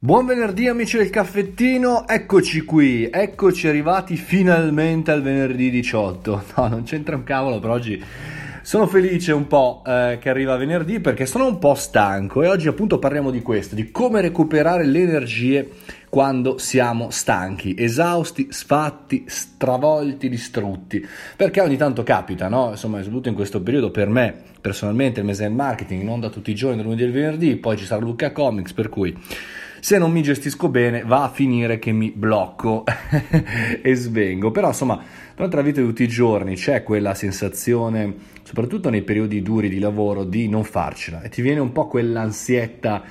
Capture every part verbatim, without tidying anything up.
Buon venerdì amici del caffettino, eccoci qui, eccoci arrivati finalmente al venerdì diciotto. No, non c'entra un cavolo, per oggi sono felice un po' eh, che arriva venerdì perché sono un po' stanco e oggi appunto parliamo di questo, di come recuperare le energie quando siamo stanchi, esausti, sfatti, stravolti, distrutti, perché ogni tanto capita, no? Insomma, soprattutto in questo periodo per me, personalmente, il mese del marketing, in onda tutti i giorni, dal lunedì al venerdì, poi ci sarà Luca Comics, per cui se non mi gestisco bene va a finire che mi blocco e svengo. Però insomma, durante la vita di tutti i giorni c'è quella sensazione, soprattutto nei periodi duri di lavoro, di non farcela e ti viene un po' quell'ansietta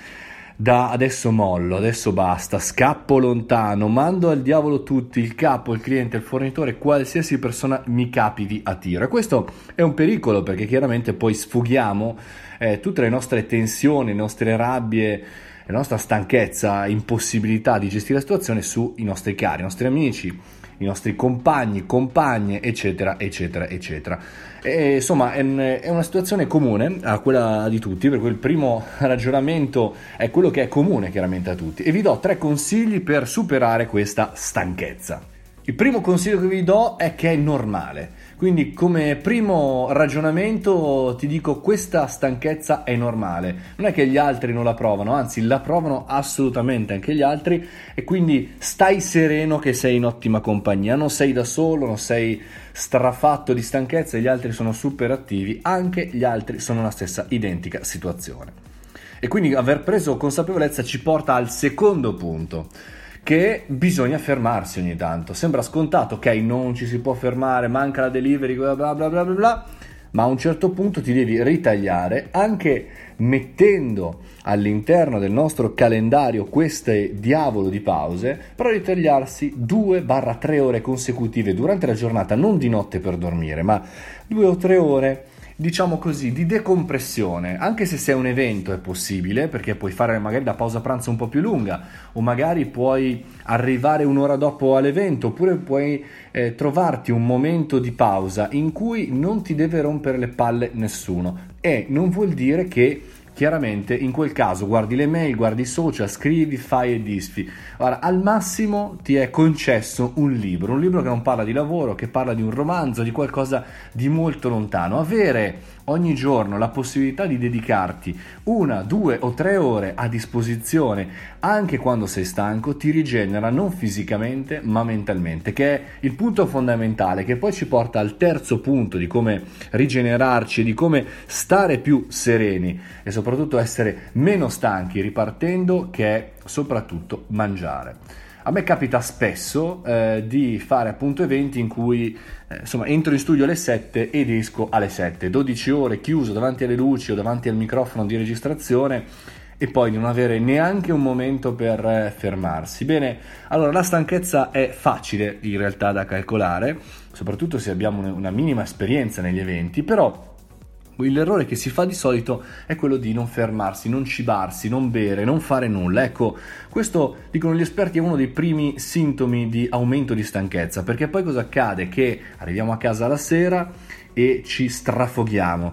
da adesso mollo, adesso basta, scappo lontano, mando al diavolo tutti, il capo, il cliente, il fornitore, qualsiasi persona mi capiti a tiro. E questo è un pericolo perché chiaramente poi sfughiamo eh, tutte le nostre tensioni, le nostre rabbie, la nostra stanchezza, impossibilità di gestire la situazione sui nostri cari, i nostri amici, i nostri compagni, compagne, eccetera, eccetera, eccetera. E, insomma, è, è una situazione comune a quella di tutti, per cui il primo ragionamento è quello che è comune chiaramente a tutti. E vi do tre consigli per superare questa stanchezza. Il primo consiglio che vi do è che è normale. Quindi come primo ragionamento ti dico: questa stanchezza è normale, non è che gli altri non la provano, anzi la provano assolutamente anche gli altri, e quindi stai sereno che sei in ottima compagnia, non sei da solo, non sei strafatto di stanchezza, gli altri sono super attivi, anche gli altri sono nella stessa identica situazione. E quindi aver preso consapevolezza ci porta al secondo punto, che bisogna fermarsi ogni tanto. Sembra scontato, ok, non ci si può fermare, manca la delivery, bla bla bla bla bla, ma a un certo punto ti devi ritagliare, anche mettendo all'interno del nostro calendario queste diavolo di pause, però ritagliarsi due tre ore consecutive durante la giornata, non di notte per dormire, ma due o tre ore, diciamo così, di decompressione. Anche se sei un evento è possibile, perché puoi fare magari la pausa pranzo un po' più lunga, o magari puoi arrivare un'ora dopo all'evento, oppure puoi eh, trovarti un momento di pausa in cui non ti deve rompere le palle nessuno. E non vuol dire che chiaramente in quel caso guardi le mail, guardi i social, scrivi, fai e disfi. Ora, al massimo ti è concesso un libro, un libro che non parla di lavoro, che parla di un romanzo, di qualcosa di molto lontano. Avere ogni giorno la possibilità di dedicarti una, due o tre ore a disposizione, anche quando sei stanco, ti rigenera non fisicamente ma mentalmente, che è il punto fondamentale, che poi ci porta al terzo punto di come rigenerarci, di come stare più sereni e soprattutto essere meno stanchi ripartendo, che è soprattutto mangiare. A me capita spesso eh, di fare appunto eventi in cui eh, insomma entro in studio alle sette ed esco alle sette, dodici ore chiuso davanti alle luci o davanti al microfono di registrazione, e poi di non avere neanche un momento per eh, fermarsi. Bene, allora la stanchezza è facile in realtà da calcolare, soprattutto se abbiamo una minima esperienza negli eventi, però l'errore che si fa di solito è quello di non fermarsi, non cibarsi, non bere, non fare nulla. Ecco, questo, dicono gli esperti, è uno dei primi sintomi di aumento di stanchezza, perché poi cosa accade? Che arriviamo a casa la sera e ci strafoghiamo.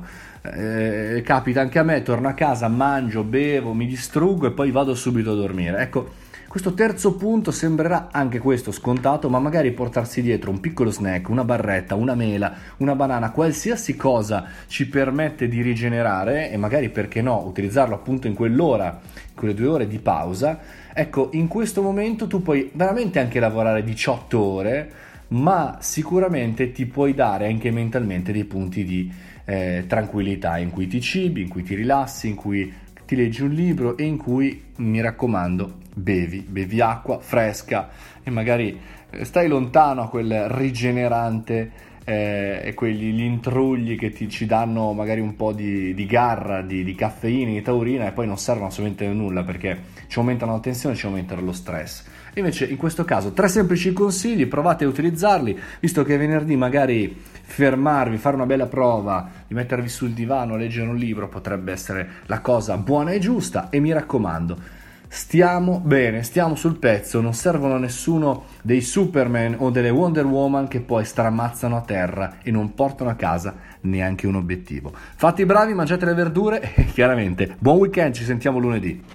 Eh, capita anche a me, torno a casa, mangio, bevo, mi distruggo e poi vado subito a dormire. Ecco, questo terzo punto sembrerà anche questo scontato, ma magari portarsi dietro un piccolo snack, una barretta, una mela, una banana, qualsiasi cosa ci permette di rigenerare, e magari, perché no, utilizzarlo appunto in quell'ora, in quelle due ore di pausa. Ecco, in questo momento tu puoi veramente anche lavorare diciotto ore, ma sicuramente ti puoi dare anche mentalmente dei punti di eh, tranquillità, in cui ti cibi, in cui ti rilassi, in cui ti leggi un libro e in cui, mi raccomando, bevi, bevi acqua fresca e magari stai lontano a quel rigenerante eh, e quegli gli intrugli che ti, ci danno magari un po' di, di garra, di, di caffeina, di taurina, e poi non servono assolutamente a nulla perché ci aumentano la tensione, ci aumentano lo stress. Invece in questo caso tre semplici consigli, provate a utilizzarli, visto che venerdì magari fermarvi, fare una bella prova, di mettervi sul divano, leggere un libro potrebbe essere la cosa buona e giusta. E mi raccomando, stiamo bene, stiamo sul pezzo, non servono a nessuno dei Superman o delle Wonder Woman che poi stramazzano a terra e non portano a casa neanche un obiettivo. Fate i bravi, mangiate le verdure e chiaramente buon weekend, ci sentiamo lunedì.